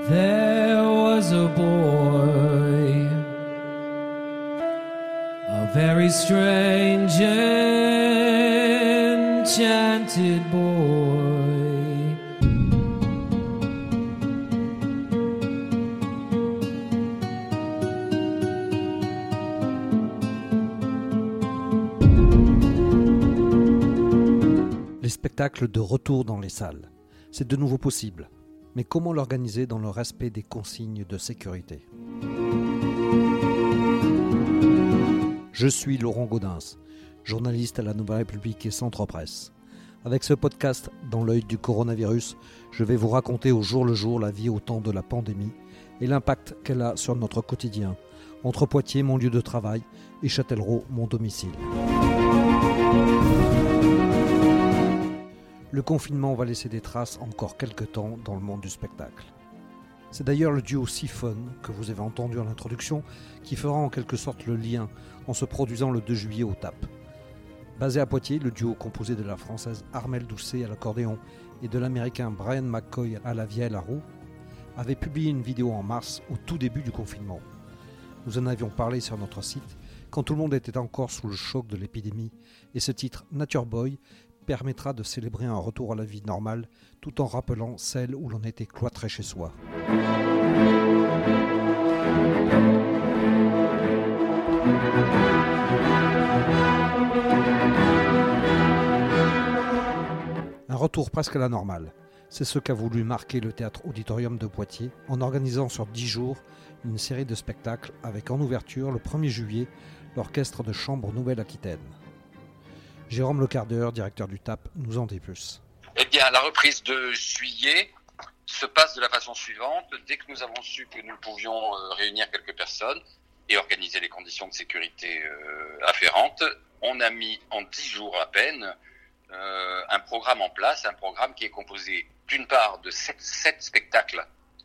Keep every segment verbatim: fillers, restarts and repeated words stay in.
There was a boy, a very strange enchanted boy. Les spectacles de retour dans les salles, c'est de nouveau possible. Mais comment l'organiser dans le respect des consignes de sécurité ? Je suis Laurent Gaudens, journaliste à la Nouvelle République et Centre Presse. Avec ce podcast dans l'œil du coronavirus, je vais vous raconter au jour le jour la vie au temps de la pandémie et l'impact qu'elle a sur notre quotidien, entre Poitiers, mon lieu de travail, et Châtellerault, mon domicile. Le confinement va laisser des traces encore quelques temps dans le monde du spectacle. C'est d'ailleurs le duo Siphone, que vous avez entendu en introduction, qui fera en quelque sorte le lien en se produisant le deux juillet au T A P. Basé à Poitiers, le duo composé de la française Armelle Doucet à l'accordéon et de l'américain Brian McCoy à la vielle à roue avait publié une vidéo en mars au tout début du confinement. Nous en avions parlé sur notre site quand tout le monde était encore sous le choc de l'épidémie et ce titre Nature Boy permettra de célébrer un retour à la vie normale tout en rappelant celle où l'on était cloîtré chez soi. Un retour presque à la normale. C'est ce qu'a voulu marquer le Théâtre Auditorium de Poitiers en organisant sur dix jours une série de spectacles avec en ouverture le premier juillet l'Orchestre de Chambre Nouvelle-Aquitaine. Jérôme Lecardeur, directeur du T A P, nous en dit plus. Eh bien, la reprise de juillet se passe de la façon suivante. Dès que nous avons su que nous pouvions euh, réunir quelques personnes et organiser les conditions de sécurité euh, afférentes, on a mis en dix jours à peine euh, un programme en place, un programme qui est composé d'une part de sept, sept spectacles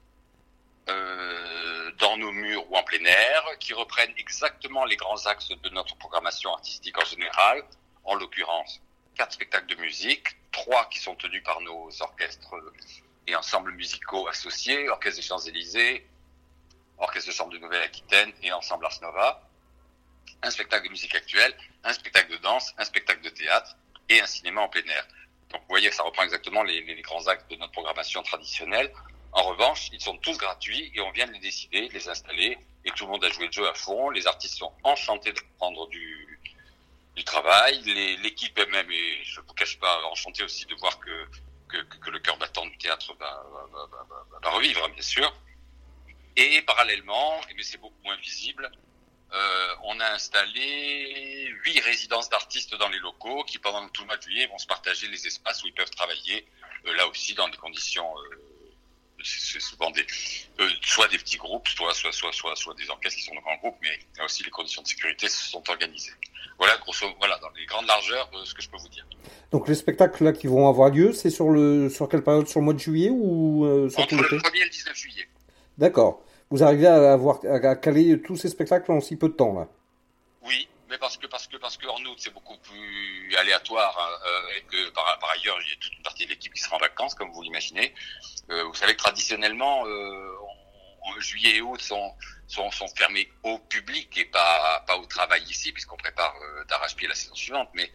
euh, dans nos murs ou en plein air, qui reprennent exactement les grands axes de notre programmation artistique en général. En l'occurrence, quatre spectacles de musique, trois qui sont tenus par nos orchestres et ensembles musicaux associés, Orchestre des Champs-Élysées, Orchestre de Chambre de Nouvelle-Aquitaine et Ensemble Ars Nova, un spectacle de musique actuelle, un spectacle de danse, un spectacle de théâtre et un cinéma en plein air. Donc vous voyez, ça reprend exactement les, les grands axes de notre programmation traditionnelle. En revanche, ils sont tous gratuits et on vient de les décider, de les installer et tout le monde a joué le jeu à fond. Les artistes sont enchantés de prendre du... du travail, les, l'équipe elle-même est, je ne vous cache pas, enchantée aussi de voir que, que, que le cœur battant du théâtre va, va, va, va, va revivre, bien sûr. Et parallèlement, et mais c'est beaucoup moins visible, euh, on a installé huit résidences d'artistes dans les locaux qui, pendant tout le mois de juillet, vont se partager les espaces où ils peuvent travailler, euh, là aussi dans des conditions... Euh, c'est souvent des, euh, soit des petits groupes, soit, soit, soit, soit, soit des orchestres qui sont de grands groupes, mais là aussi les conditions de sécurité se sont organisées. Voilà, grosso, voilà, dans les grandes largeurs, euh, ce que je peux vous dire. Donc les spectacles là qui vont avoir lieu, c'est sur le sur quelle période, sur le mois de juillet ou euh, sur Entre le premier et le dix-neuf juillet. D'accord. Vous arrivez à avoir à caler tous ces spectacles en si peu de temps là. Oui, mais parce que parce que parce que en août c'est beaucoup plus aléatoire hein, euh, et que par, par ailleurs il y a toute une partie de l'équipe qui sera en vacances, comme vous l'imaginez. Euh, vous savez que traditionnellement, euh, en juillet et août sont, sont, sont fermés au public et pas, pas au travail ici, puisqu'on prépare euh, d'arrache-pied la saison suivante. Mais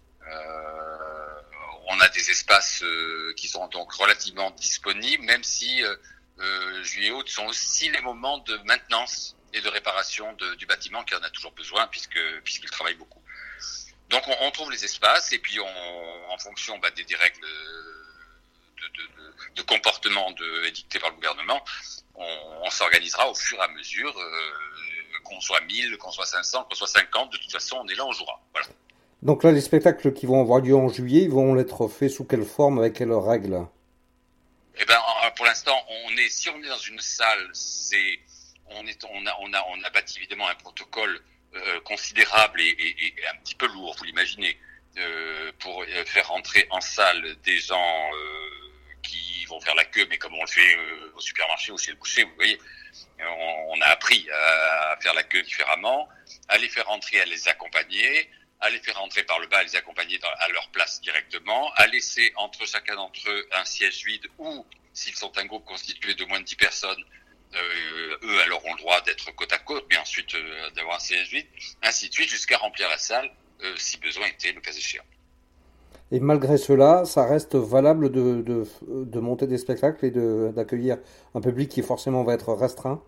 euh, on a des espaces euh, qui sont donc relativement disponibles, même si euh, euh, juillet et août sont aussi les moments de maintenance et de réparation de, du bâtiment qui en a toujours besoin, puisque puisqu'il travaille beaucoup. Donc on, on trouve les espaces et puis on, en fonction bah, des, des règles de, de, de, de comportement de, édictées par le gouvernement, on, on s'organisera au fur et à mesure, euh, qu'on soit mille, qu'on soit cinq cents, qu'on soit cinquante, de toute façon on est là, on jouera. Voilà. Donc là les spectacles qui vont avoir lieu en juillet, ils vont être faits sous quelle forme, avec quelles règles ? Eh ben pour l'instant on est, si on est dans une salle, c'est on est on a on a on a bâti évidemment un protocole euh, considérable et, et, et un petit peu lourd, vous l'imaginez, euh, pour faire rentrer en salle des gens euh, qui vont faire la queue, mais comme on le fait euh, au supermarché ou chez le boucher, vous voyez, on, on a appris à, à faire la queue différemment, à les faire rentrer, à les accompagner. à les faire entrer par le bas, à les accompagner dans, à leur place directement, à laisser entre chacun d'entre eux un siège vide ou, s'ils sont un groupe constitué de moins de dix personnes, euh, eux alors ont le droit d'être côte à côte, mais ensuite euh, d'avoir un siège vide, ainsi de suite, jusqu'à remplir la salle, euh, si besoin était, le cas échéant. Et malgré cela, ça reste valable de, de, de monter des spectacles et de, d'accueillir un public qui forcément va être restreint?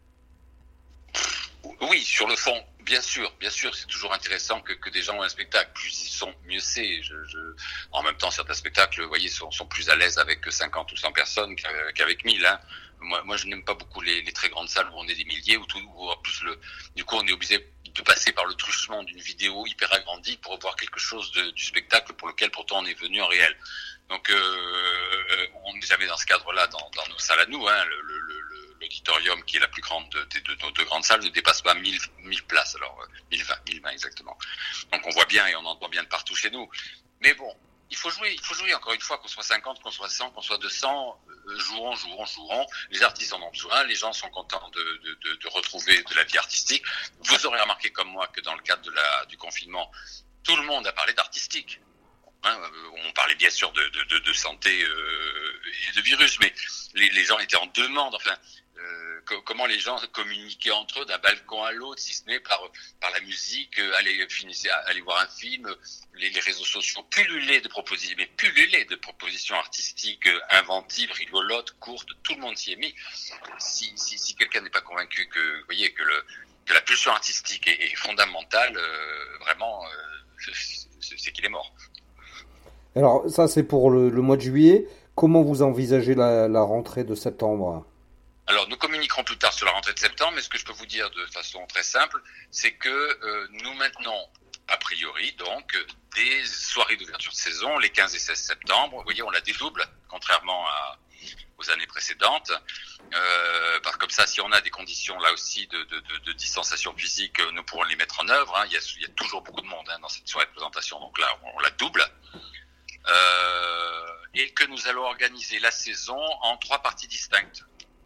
Oui, sur le fond, bien sûr, bien sûr, c'est toujours intéressant que, que des gens ont un spectacle. Plus ils sont, mieux c'est. Je, je... En même temps, certains spectacles, vous voyez, sont, sont plus à l'aise avec cinquante ou cent personnes qu'avec mille. Hein. Moi, moi, je n'aime pas beaucoup les, les très grandes salles où on est des milliers, où, tout, où en plus, le, du coup, on est obligé de passer par le truchement d'une vidéo hyper agrandie pour voir quelque chose de, du spectacle pour lequel pourtant on est venu en réel. Donc, euh, on n'est jamais dans ce cadre-là dans, dans nos salles à nous. Hein. Le, le, le, l'auditorium, qui est la plus grande de, de, de nos deux grandes salles, ne dépasse pas mille, mille places, alors euh, mille vingt, mille vingt exactement. Donc, on voit bien et on entend bien de partout chez nous. Mais bon, il faut jouer, il faut jouer encore une fois, qu'on soit cinquante, qu'on soit cent, qu'on soit deux cents, euh, jouons, jouons, jouons. Les artistes en ont besoin, les gens sont contents de, de, de, de retrouver de la vie artistique. Vous aurez remarqué comme moi que dans le cadre de la, du confinement, tout le monde a parlé d'artistique. Hein, on parlait bien sûr de, de, de, de santé euh, et de virus, mais les, les gens étaient en demande. Enfin, euh, co- comment les gens communiquaient entre eux d'un balcon à l'autre, si ce n'est par par la musique, euh, aller finissez, aller voir un film. Les, les réseaux sociaux pullulaient de propositions, mais pullulaient de propositions artistiques euh, inventives, rigolotes, courtes. Tout le monde s'y est mis. Si si, si quelqu'un n'est pas convaincu que, vous voyez, que le que la pulsion artistique est, est fondamentale, euh, vraiment, euh, c'est, c'est qu'il est mort. Alors ça c'est pour le, le mois de juillet. Comment vous envisagez la, la rentrée de septembre? Alors nous communiquerons plus tard sur la rentrée de septembre, mais ce que je peux vous dire de façon très simple, c'est que euh, nous maintenons a priori donc des soirées d'ouverture de saison les quinze et seize septembre. Vous voyez, on la dédouble, contrairement à, aux années précédentes. Euh, parce que comme ça, si on a des conditions là aussi de, de, de, de distanciation physique, nous pourrons les mettre en œuvre. Hein. Il y a, il y a toujours beaucoup de monde hein, dans cette soirée de présentation, donc là on, on la double. Euh, et que nous allons organiser la saison en trois parties distinctes.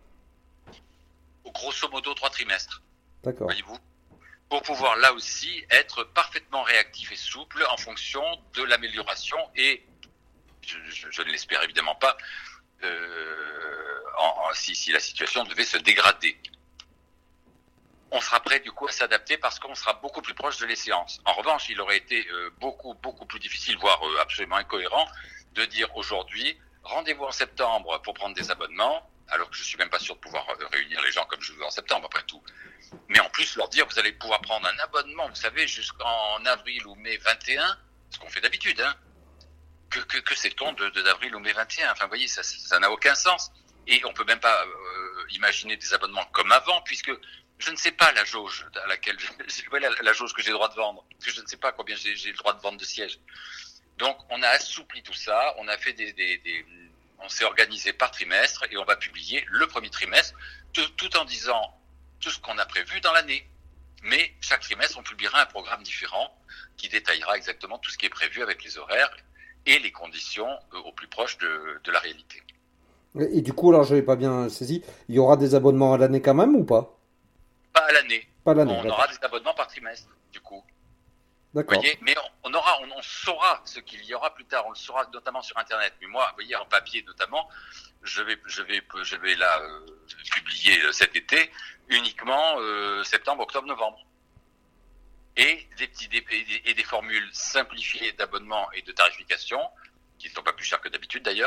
Grosso modo, trois trimestres. D'accord. Voyez-vous, pour pouvoir là aussi être parfaitement réactif et souple en fonction de l'amélioration et, je, je, je ne l'espère évidemment pas, euh, en, en, si, si la situation devait se dégrader. On sera prêt du coup à s'adapter parce qu'on sera beaucoup plus proche de l'échéance. En revanche, il aurait été euh, beaucoup, beaucoup plus difficile, voire euh, absolument incohérent, de dire aujourd'hui, rendez-vous en septembre pour prendre des abonnements, alors que je suis même pas sûr de pouvoir réunir les gens comme je veux en septembre, après tout. Mais en plus, leur dire, vous allez pouvoir prendre un abonnement, vous savez, jusqu'en avril ou mai vingt et un, ce qu'on fait d'habitude, hein. Que, que, que sait-on de, de d'avril ou mai vingt et un? Enfin, vous voyez, ça, ça n'a aucun sens. Et on peut même pas euh, imaginer des abonnements comme avant, puisque je ne sais pas la jauge à laquelle je, je la, la jauge que j'ai le droit de vendre, parce que je ne sais pas combien j'ai, j'ai le droit de vendre de sièges. Donc, on a assoupli tout ça, on a fait des, des, des on s'est organisé par trimestre et on va publier le premier trimestre, tout, tout en disant tout ce qu'on a prévu dans l'année. Mais chaque trimestre, on publiera un programme différent qui détaillera exactement tout ce qui est prévu avec les horaires et les conditions euh, au plus proche de, de la réalité. Et, et du coup, alors je n'avais pas bien saisi, il y aura des abonnements à l'année quand même ou pas? Pas à l'année. Pas à l'année. On d'accord. aura des abonnements par trimestre, du coup. D'accord. Vous voyez, mais on, on aura, on, on saura ce qu'il y aura plus tard. On le saura notamment sur Internet. Mais moi, vous voyez, en papier notamment, je vais, je vais, je vais là euh, publier cet été uniquement euh, septembre, octobre, novembre. Et des petits des, et des formules simplifiées d'abonnement et de tarification qui ne sont pas plus chères que d'habitude d'ailleurs,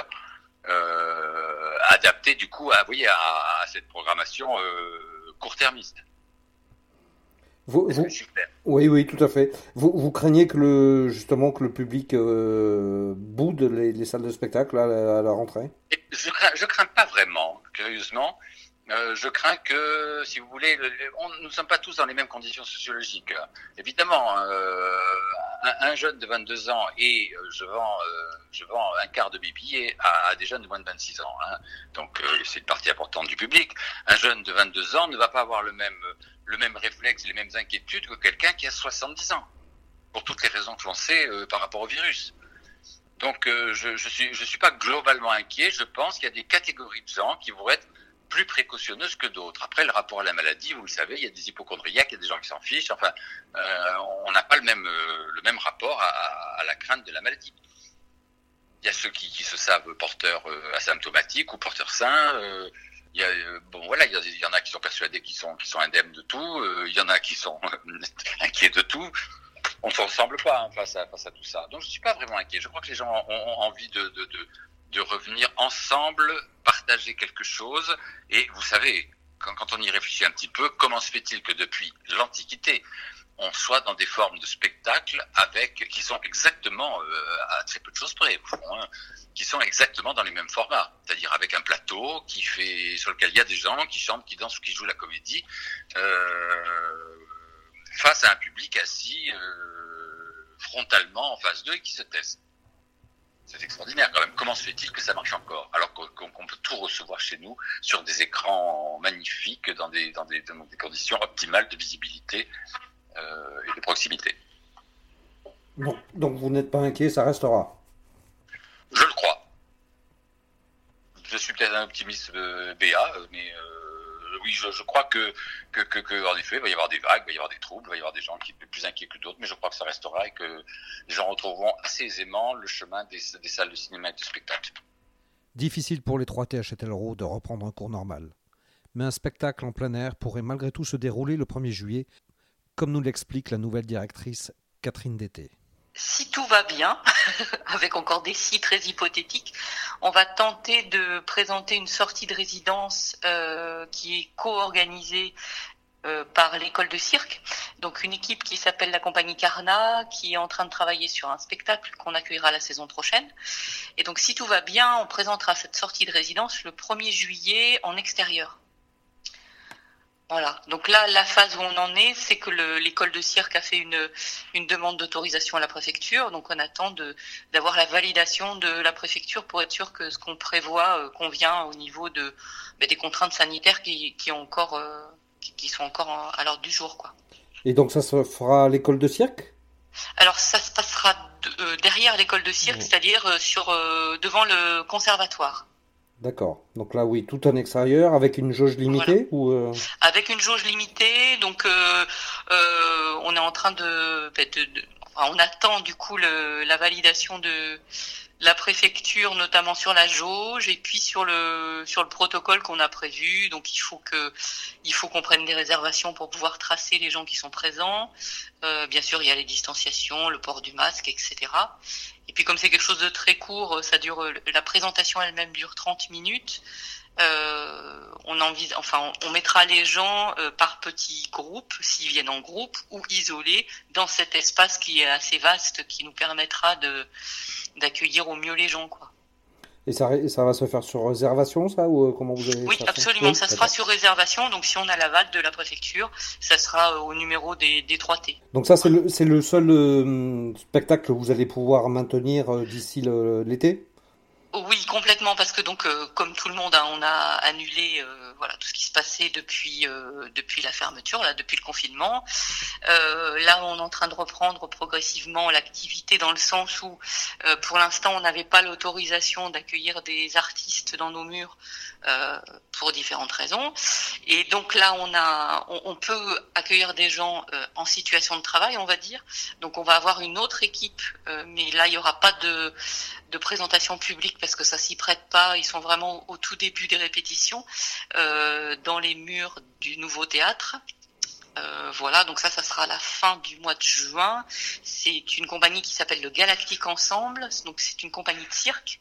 euh, adaptées du coup à, vous voyez, à, à cette programmation euh, court-termiste. Vous, vous... Oui, oui, tout à fait. Vous, vous craignez que le justement que le public euh, boude les, les salles de spectacle à la, à la rentrée? Je crains, je crains pas vraiment, curieusement. Euh, je crains que, si vous voulez, on, nous ne sommes pas tous dans les mêmes conditions sociologiques. Évidemment, euh, un, un jeune de vingt-deux ans et euh, je vends, euh, je vends un quart de mes billets à, à des jeunes de moins de vingt-six ans. Hein. Donc, euh, c'est une partie importante du public. Un jeune de vingt-deux ans ne va pas avoir le même, le même réflexe, les mêmes inquiétudes que quelqu'un qui a soixante-dix ans. Pour toutes les raisons que l'on sait euh, par rapport au virus. Donc, euh, je, je suis, je suis pas globalement inquiet. Je pense qu'il y a des catégories de gens qui vont être plus précautionneuses que d'autres. Après, le rapport à la maladie, vous le savez, il y a des hypochondriaques, il y a des gens qui s'en fichent. Enfin, euh, on n'a pas le même, euh, le même rapport à, à la crainte de la maladie. Il y a ceux qui, qui se savent porteurs euh, asymptomatiques ou porteurs sains. Euh, il y a, euh, bon, voilà, il y, a, il y en a qui sont persuadés qu'ils sont, qu'ils sont indemnes de tout. Euh, il y en a qui sont inquiets de tout. On ne se ressemble pas hein, face, à, face à tout ça. Donc, je ne suis pas vraiment inquiet. Je crois que les gens ont, ont envie de, de, de, de revenir ensemble, partager quelque chose. Et vous savez, quand, quand on y réfléchit un petit peu, comment se fait-il que depuis l'Antiquité, on soit dans des formes de spectacles avec qui sont exactement euh, à très peu de choses près, hein, qui sont exactement dans les mêmes formats, c'est-à-dire avec un plateau qui fait sur lequel il y a des gens qui chantent, qui dansent ou qui jouent la comédie euh, face à un public assis euh, frontalement en face d'eux et qui se taise. C'est extraordinaire quand même. Comment se fait-il que ça marche encore alors qu'on, qu'on peut tout recevoir chez nous sur des écrans magnifiques dans des, dans des, dans des conditions optimales de visibilité Euh, et de proximité. Donc, donc vous n'êtes pas inquiet, ça restera. Je le crois. Je suis peut-être un optimiste euh, B A, mais euh, oui, je, je crois que, que, que, que, en effet, il va y avoir des vagues, il va y avoir des troubles, il va y avoir des gens qui sont plus inquiets que d'autres, mais je crois que ça restera et que les gens retrouveront assez aisément le chemin des, des salles de cinéma et de spectacle. Difficile pour les trois T H L R O de reprendre un cours normal. Mais un spectacle en plein air pourrait malgré tout se dérouler le premier juillet, comme nous l'explique la nouvelle directrice Catherine Dété. Si tout va bien, avec encore des si très hypothétiques, on va tenter de présenter une sortie de résidence euh, qui est co-organisée euh, par l'école de cirque. Donc une équipe qui s'appelle la compagnie Carna, qui est en train de travailler sur un spectacle qu'on accueillera la saison prochaine. Et donc si tout va bien, on présentera cette sortie de résidence le premier juillet en extérieur. Voilà. Donc là, la phase où on en est, c'est que le, l'école de cirque a fait une, une demande d'autorisation à la préfecture. Donc on attend de, d'avoir la validation de la préfecture pour être sûr que ce qu'on prévoit euh, convient au niveau de, bah, des contraintes sanitaires qui, qui, ont encore, euh, qui, qui sont encore en, à l'ordre du jour, quoi. Et donc ça se fera à l'école de cirque ? Alors ça se passera de, euh, derrière l'école de cirque, mmh. c'est-à-dire euh, sur, euh, devant le conservatoire. D'accord. Donc là, oui, tout en extérieur, avec une jauge limitée, voilà. ou euh... Avec une jauge limitée, donc euh, euh, on est en train de, de, de enfin, on attend du coup le, la validation de la préfecture, notamment sur la jauge et puis sur le sur le protocole qu'on a prévu. Donc il faut que il faut qu'on prenne des réservations pour pouvoir tracer les gens qui sont présents. Euh, bien sûr, il y a les distanciations, le port du masque, et cetera. Et puis comme c'est quelque chose de très court, ça dure, la présentation elle-même dure trente minutes. Euh, on envise, enfin, on, on mettra les gens euh, par petits groupes, s'ils viennent en groupe ou isolés, dans cet espace qui est assez vaste, qui nous permettra de d'accueillir au mieux les gens, quoi. Et ça, ça va se faire sur réservation, ça, ou comment vous avez Oui, absolument, ça se fera sur réservation. Donc, si on a l'aval de la préfecture, ça sera au numéro des, des trois T. Donc ça, c'est le, c'est le seul euh, spectacle que vous allez pouvoir maintenir euh, d'ici le, l'été ? Oui, complètement, parce que donc, euh, comme tout le monde, hein, on a annulé euh, voilà tout ce qui se passait depuis euh, depuis la fermeture, là, depuis le confinement. Euh, là, on est en train de reprendre progressivement l'activité dans le sens où, euh, pour l'instant, on n'avait pas l'autorisation d'accueillir des artistes dans nos murs euh, pour différentes raisons. Et donc là, on a, on, on peut accueillir des gens euh, en situation de travail, on va dire. Donc, on va avoir une autre équipe, euh, mais là, il y aura pas de de présentation publique parce que ça s'y prête pas. Ils sont vraiment au tout début des répétitions euh, dans les murs du nouveau théâtre. Euh, voilà, donc ça, ça sera à la fin du mois de juin. C'est une compagnie qui s'appelle le Galactique Ensemble. Donc c'est une compagnie de cirque.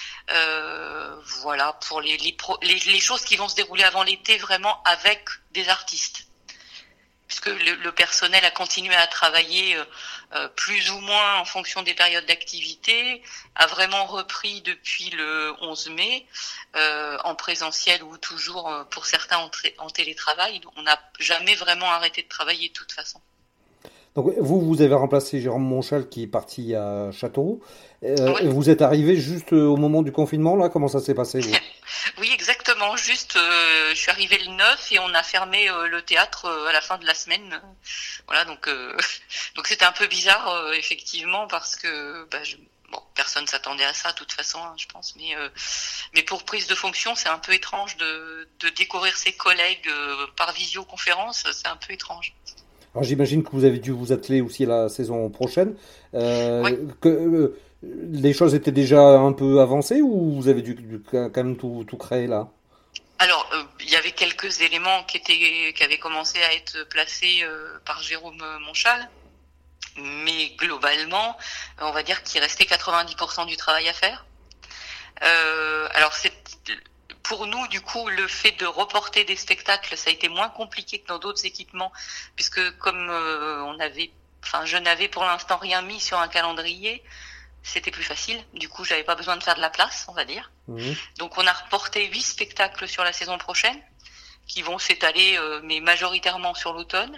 Euh, voilà pour les les, pro, les les choses qui vont se dérouler avant l'été, vraiment avec des artistes. Puisque le, le personnel a continué à travailler euh, euh, plus ou moins en fonction des périodes d'activité, a vraiment repris depuis le onze mai, euh, en présentiel ou toujours euh, pour certains en, tra- en télétravail. Donc on n'a jamais vraiment arrêté de travailler de toute façon. Donc vous, vous avez remplacé Jérôme Monchal qui est parti à Châteauroux. Euh, oui. Vous êtes arrivé juste au moment du confinement, là ? Comment ça s'est passé, vous ? Oui, exactement. Juste, euh, je suis arrivée le neuf et on a fermé euh, le théâtre euh, à la fin de la semaine. Voilà, donc euh, donc c'était un peu bizarre euh, effectivement parce que bah, je, bon, personne s'attendait à ça de toute façon, hein, je pense. Mais euh, mais pour prise de fonction, c'est un peu étrange de de découvrir ses collègues euh, par visioconférence. C'est un peu étrange. Alors j'imagine que vous avez dû vous atteler aussi à la saison prochaine. Euh, Oui. que, euh, les choses étaient déjà un peu avancées ou vous avez dû, dû quand même tout, tout créer là? Alors, euh, il y avait quelques éléments qui étaient qui avaient commencé à être placés euh, par Jérôme Monchal, mais globalement, on va dire qu'il restait quatre-vingt-dix pour cent du travail à faire. Euh, alors c'est pour nous, du coup, le fait de reporter des spectacles, ça a été moins compliqué que dans d'autres équipements, puisque comme euh, on avait, enfin, je n'avais pour l'instant rien mis sur un calendrier, c'était plus facile. Du coup, j'avais pas besoin de faire de la place, on va dire. Mmh. Donc, on a reporté huit spectacles sur la saison prochaine, qui vont s'étaler, euh, mais majoritairement sur l'automne.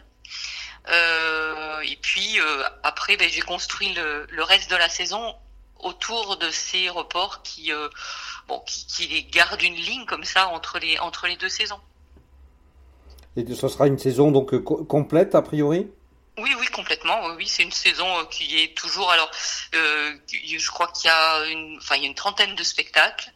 Euh, et puis euh, après, ben, j'ai construit le, le reste de la saison autour de ces reports qui, euh, bon, qui, qui les gardent une ligne comme ça entre les entre les deux saisons. Et ce sera une saison donc euh, co- complète a priori? Oui, oui, complètement. Oui, oui, c'est une saison euh, qui est toujours. Alors, euh, je crois qu'il y a une, enfin, il y a une trentaine de spectacles.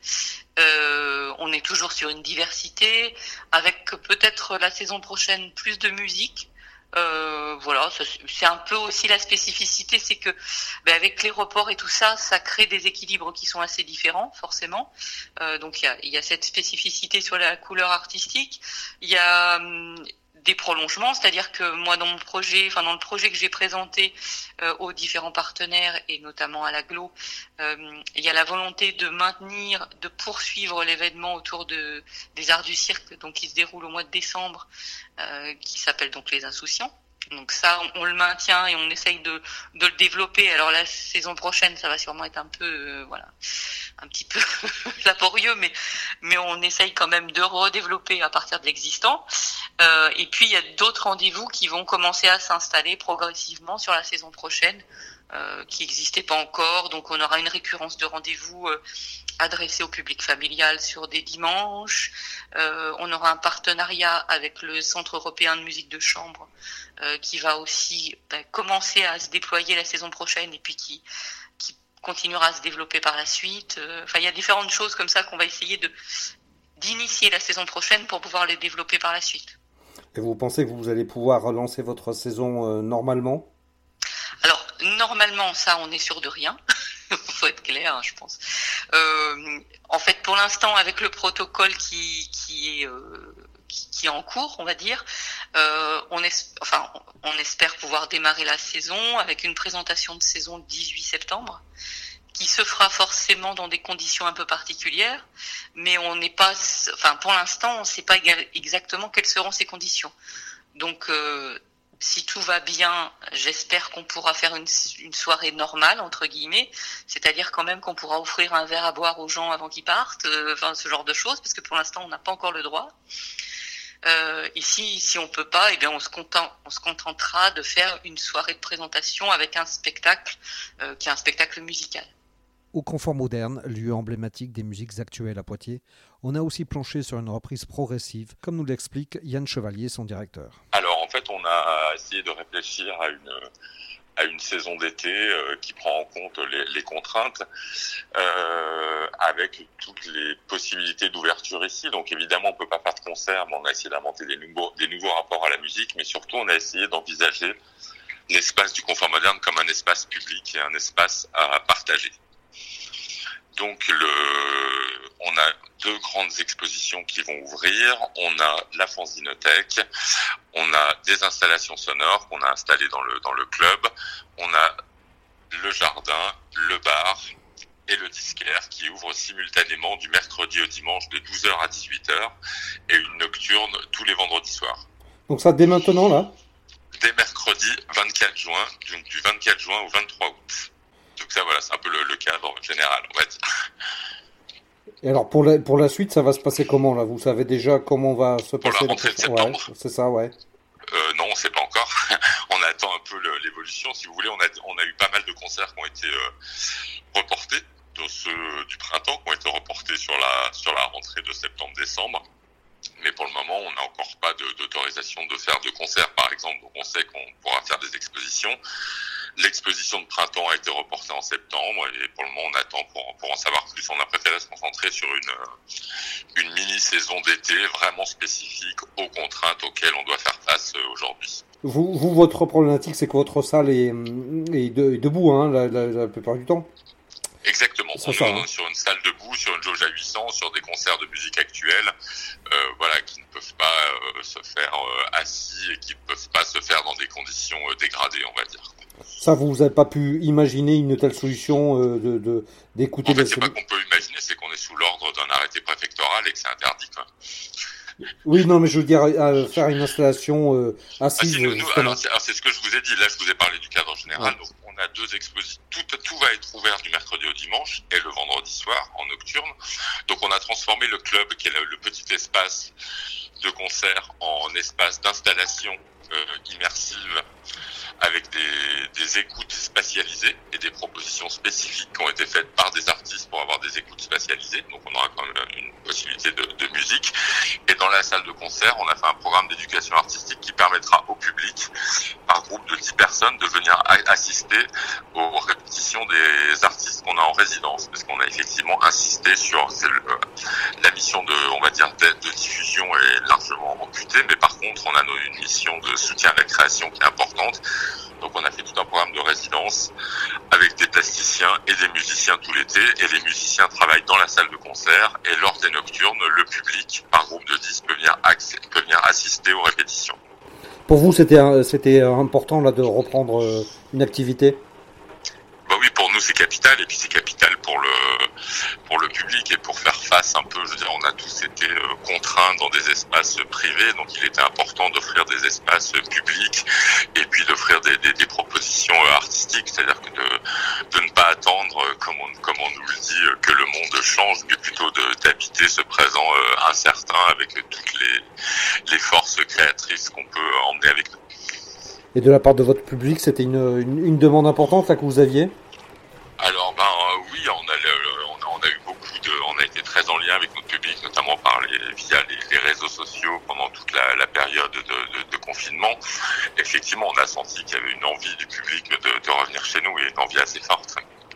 Euh, on est toujours sur une diversité, avec peut-être la saison prochaine plus de musique. Euh, voilà, ça, c'est un peu aussi la spécificité, c'est que ben, avec les reports et tout ça, ça crée des équilibres qui sont assez différents, forcément. Euh, donc il y a, il y a cette spécificité sur la couleur artistique. Il y a hum, des prolongements, c'est-à-dire que moi dans mon projet, enfin dans le projet que j'ai présenté euh, aux différents partenaires et notamment à l'Aglo, euh, il y a la volonté de maintenir, de poursuivre l'événement autour de des Arts du Cirque, donc qui se déroule au mois de décembre, euh, qui s'appelle donc les Insouciants. Donc ça, on, on le maintient et on essaye de de le développer. Alors la saison prochaine, ça va sûrement être un peu, euh, voilà, un petit peu laborieux, mais mais on essaye quand même de redévelopper à partir de l'existant. Euh, et puis il y a d'autres rendez-vous qui vont commencer à s'installer progressivement sur la saison prochaine, euh, qui n'existaient pas encore. Donc on aura une récurrence de rendez-vous euh, adressés au public familial sur des dimanches. Euh, on aura un partenariat avec le Centre européen de musique de chambre euh, qui va aussi ben, commencer à se déployer la saison prochaine et puis qui qui continuera à se développer par la suite. Euh, enfin, il y a différentes choses comme ça qu'on va essayer de d'initier la saison prochaine pour pouvoir les développer par la suite. Et vous pensez que vous allez pouvoir relancer votre saison euh, normalement? Alors, normalement, ça, on est sûr de rien. Faut être clair, hein, je pense. Euh, en fait, pour l'instant, avec le protocole qui, qui est, euh, qui, qui est en cours, on va dire, euh, on, es, enfin, on espère pouvoir démarrer la saison avec une présentation de saison le dix-huit septembre, qui se fera forcément dans des conditions un peu particulières, mais on n'est pas, enfin, pour l'instant, on ne sait pas exactement quelles seront ces conditions. Donc, euh, si tout va bien, j'espère qu'on pourra faire une, une soirée normale, entre guillemets, c'est-à-dire quand même qu'on pourra offrir un verre à boire aux gens avant qu'ils partent, euh, enfin ce genre de choses, parce que pour l'instant on n'a pas encore le droit. Euh, et si, si on peut pas, eh bien on se contente, on se contentera de faire une soirée de présentation avec un spectacle euh, qui est un spectacle musical. Au Confort Moderne, lieu emblématique des musiques actuelles à Poitiers, on a aussi planché sur une reprise progressive, comme nous l'explique Yann Chevalier, son directeur. Alors en fait, on a essayé de réfléchir à une à une saison d'été euh, qui prend en compte les, les contraintes, euh, avec toutes les possibilités d'ouverture ici. Donc évidemment, on peut pas faire de concert, mais on a essayé d'inventer des nouveaux des nouveaux rapports à la musique, mais surtout on a essayé d'envisager l'espace du Confort Moderne comme un espace public et un espace à partager. Donc le, on a deux grandes expositions qui vont ouvrir. On a la Fanzinothèque, on a des installations sonores qu'on a installées dans le dans le club, on a le jardin, le bar et le disquaire qui ouvrent simultanément du mercredi au dimanche de douze heures à dix-huit heures et une nocturne tous les vendredis soirs. Donc ça dès maintenant là? Dès mercredi vingt-quatre juin, donc du vingt-quatre juin au vingt-trois août. Donc ça, voilà, c'est un peu le, le cadre général, on va dire. Et alors, pour la, pour la suite, ça va se passer comment, là? Vous savez déjà comment va se pour passer... la rentrée le... de septembre. Ouais, c'est ça, ouais. Euh, non, on ne sait pas encore. On attend un peu le, l'évolution. Si vous voulez, on a, on a eu pas mal de concerts qui ont été euh, reportés, dont ceux du printemps, qui ont été reportés sur la, sur la rentrée de septembre-décembre. Mais pour le moment, on n'a encore pas de, d'autorisation de faire de concerts, par exemple. Donc on sait qu'on pourra faire des expositions. L'exposition de printemps a été reportée en septembre et pour le moment on attend pour, pour en savoir plus. On a préféré se concentrer sur une, une mini-saison d'été vraiment spécifique aux contraintes auxquelles on doit faire face aujourd'hui. Vous, vous votre problématique, c'est que votre salle est, est, de, est debout hein, la, la, la plupart du temps. Exactement. Ça, on ça, est hein. sur une salle debout, sur une jauge à huit cents, sur des concerts de musique actuelle, euh, voilà, qui ne peuvent pas euh, se faire euh, assis et qui ne peuvent pas se faire dans des conditions euh, dégradées, on va dire. Ça, vous n'avez pas pu imaginer une telle solution euh, de, de d'écouter. En fait, les... c'est pas qu'on peut imaginer, c'est qu'on est sous l'ordre d'un arrêté préfectoral et que c'est interdit, quoi. Oui, non, mais je veux dire, euh, faire une installation euh, assise. Ah, si, nous, nous, alors, c'est, alors, c'est ce que je vous ai dit. Là, je vous ai parlé du cadre général. Ouais. Donc, on a deux expositions. Tout, tout va être ouvert du mercredi au dimanche et le vendredi soir en nocturne. Donc, on a transformé le club, qui est le, le petit espace de concert, en espace d'installation euh, immersive avec des, des écoutes spatialisées et des propositions spécifiques qui ont été faites par des artistes pour avoir des écoutes spatialisées. Donc on aura quand même une possibilité de, de musique. Et dans la salle de concert, on a fait un programme d'éducation artistique qui permettra au public, par groupe de dix personnes, de venir a- assister aux répétitions des artistes qu'on a en résidence. Parce qu'on a effectivement insisté sur c'est le, la mission de, on va dire, d'aide de diffusion est largement amputée. Mais par contre, on a une mission de soutien à la création qui est importante. Donc on a fait tout un programme de résidence avec des plasticiens et des musiciens tout l'été. Et les musiciens travaillent dans la salle de concert. Et lors des nocturnes, le public, par groupe de dix, peut venir, accès, peut venir assister aux répétitions. Pour vous, c'était, c'était important là, de reprendre euh, une activité ? Bah oui, pour nous c'est capital, et puis c'est capital pour le pour le public et pour faire face un peu. Je veux dire, on a tous été euh, contraints dans des espaces privés, donc il était important d'offrir des espaces publics et puis d'offrir des, des, des propositions euh, artistiques, c'est-à-dire que de de ne pas attendre, euh, comme on comme on nous le dit, euh, que le monde change, mais plutôt de d'habiter ce présent euh, incertain avec euh, toutes les les forces créatrices qu'on peut emmener avec nous. Et de la part de votre public, c'était une, une, une demande importante là que vous aviez ? Alors ben euh, oui, on a, le, on a on a eu beaucoup de, on a été très en lien avec notre public, notamment par les, via les, les réseaux sociaux pendant toute la, la période de, de, de confinement. Effectivement, on a senti qu'il y avait une envie du public de, de revenir chez nous et une envie assez forte.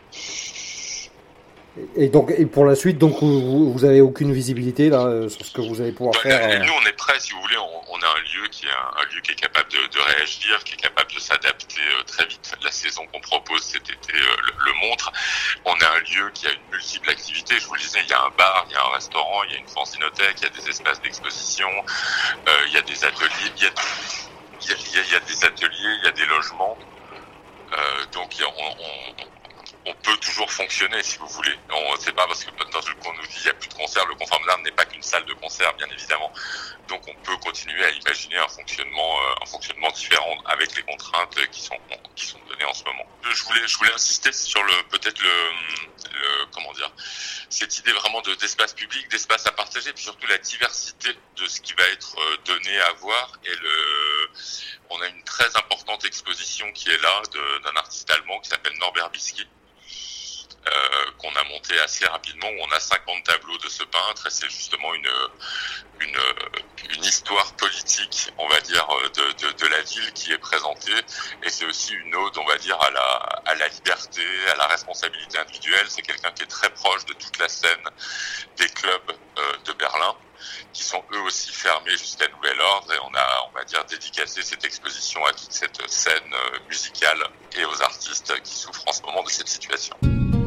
Et donc, et pour la suite, donc vous, vous avez aucune visibilité là sur ce que vous allez pouvoir bah, faire. Là, nous, on est prêts, si vous voulez. On, on a un lieu qui est un, un lieu qui est capable de, de réagir, qui est capable de s'adapter euh, très vite. La saison qu'on propose cet été euh, le, le montre. On a un lieu qui a une multiple activité. Je vous le disais, il y a un bar, il y a un restaurant, il y a une fanzinothèque, il y a des espaces d'exposition, euh, il y a des ateliers, il y a, il y a, il y a, il y a des ateliers, il y a des logements. Euh, donc, on, on on peut toujours fonctionner, si vous voulez. On sait pas parce que dans le coup on nous dit il n'y a plus de concert, le Confort d'Armes n'est pas qu'une salle de concert, bien évidemment. Donc on peut continuer à imaginer un fonctionnement, euh, un fonctionnement différent avec les contraintes qui sont qui sont données en ce moment. Je voulais, je voulais insister sur le peut-être le, le comment dire, cette idée vraiment de d'espace public, d'espace à partager, puis surtout la diversité de ce qui va être donné à voir. Et le, on a une très importante exposition qui est là de, d'un artiste allemand qui s'appelle Norbert Bisky. Euh, qu'on a monté assez rapidement, où on a cinquante tableaux de ce peintre, et c'est justement une une une histoire politique, on va dire, de de, de la ville qui est présentée, et c'est aussi une ode, on va dire, à la à la liberté, à la responsabilité individuelle. C'est quelqu'un qui est très proche de toute la scène des clubs euh, de Berlin, qui sont eux aussi fermés jusqu'à nouvel ordre, et on a, on va dire, dédicacé cette exposition à toute cette scène musicale et aux artistes qui souffrent en ce moment de cette situation.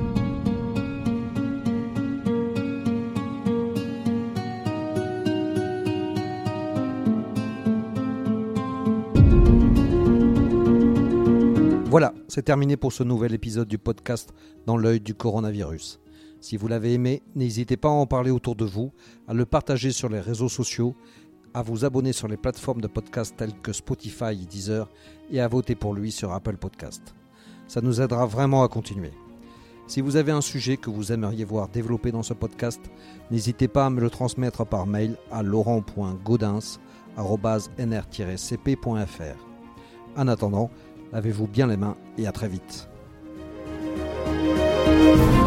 Voilà, c'est terminé pour ce nouvel épisode du podcast Dans l'œil du coronavirus. Si vous l'avez aimé, n'hésitez pas à en parler autour de vous, à le partager sur les réseaux sociaux, à vous abonner sur les plateformes de podcast telles que Spotify et Deezer et à voter pour lui sur Apple Podcast. Ça nous aidera vraiment à continuer. Si vous avez un sujet que vous aimeriez voir développé dans ce podcast, n'hésitez pas à me le transmettre par mail à laurent point gaudens arobase n r tiret c p point f r. En attendant, lavez-vous bien les mains et à très vite.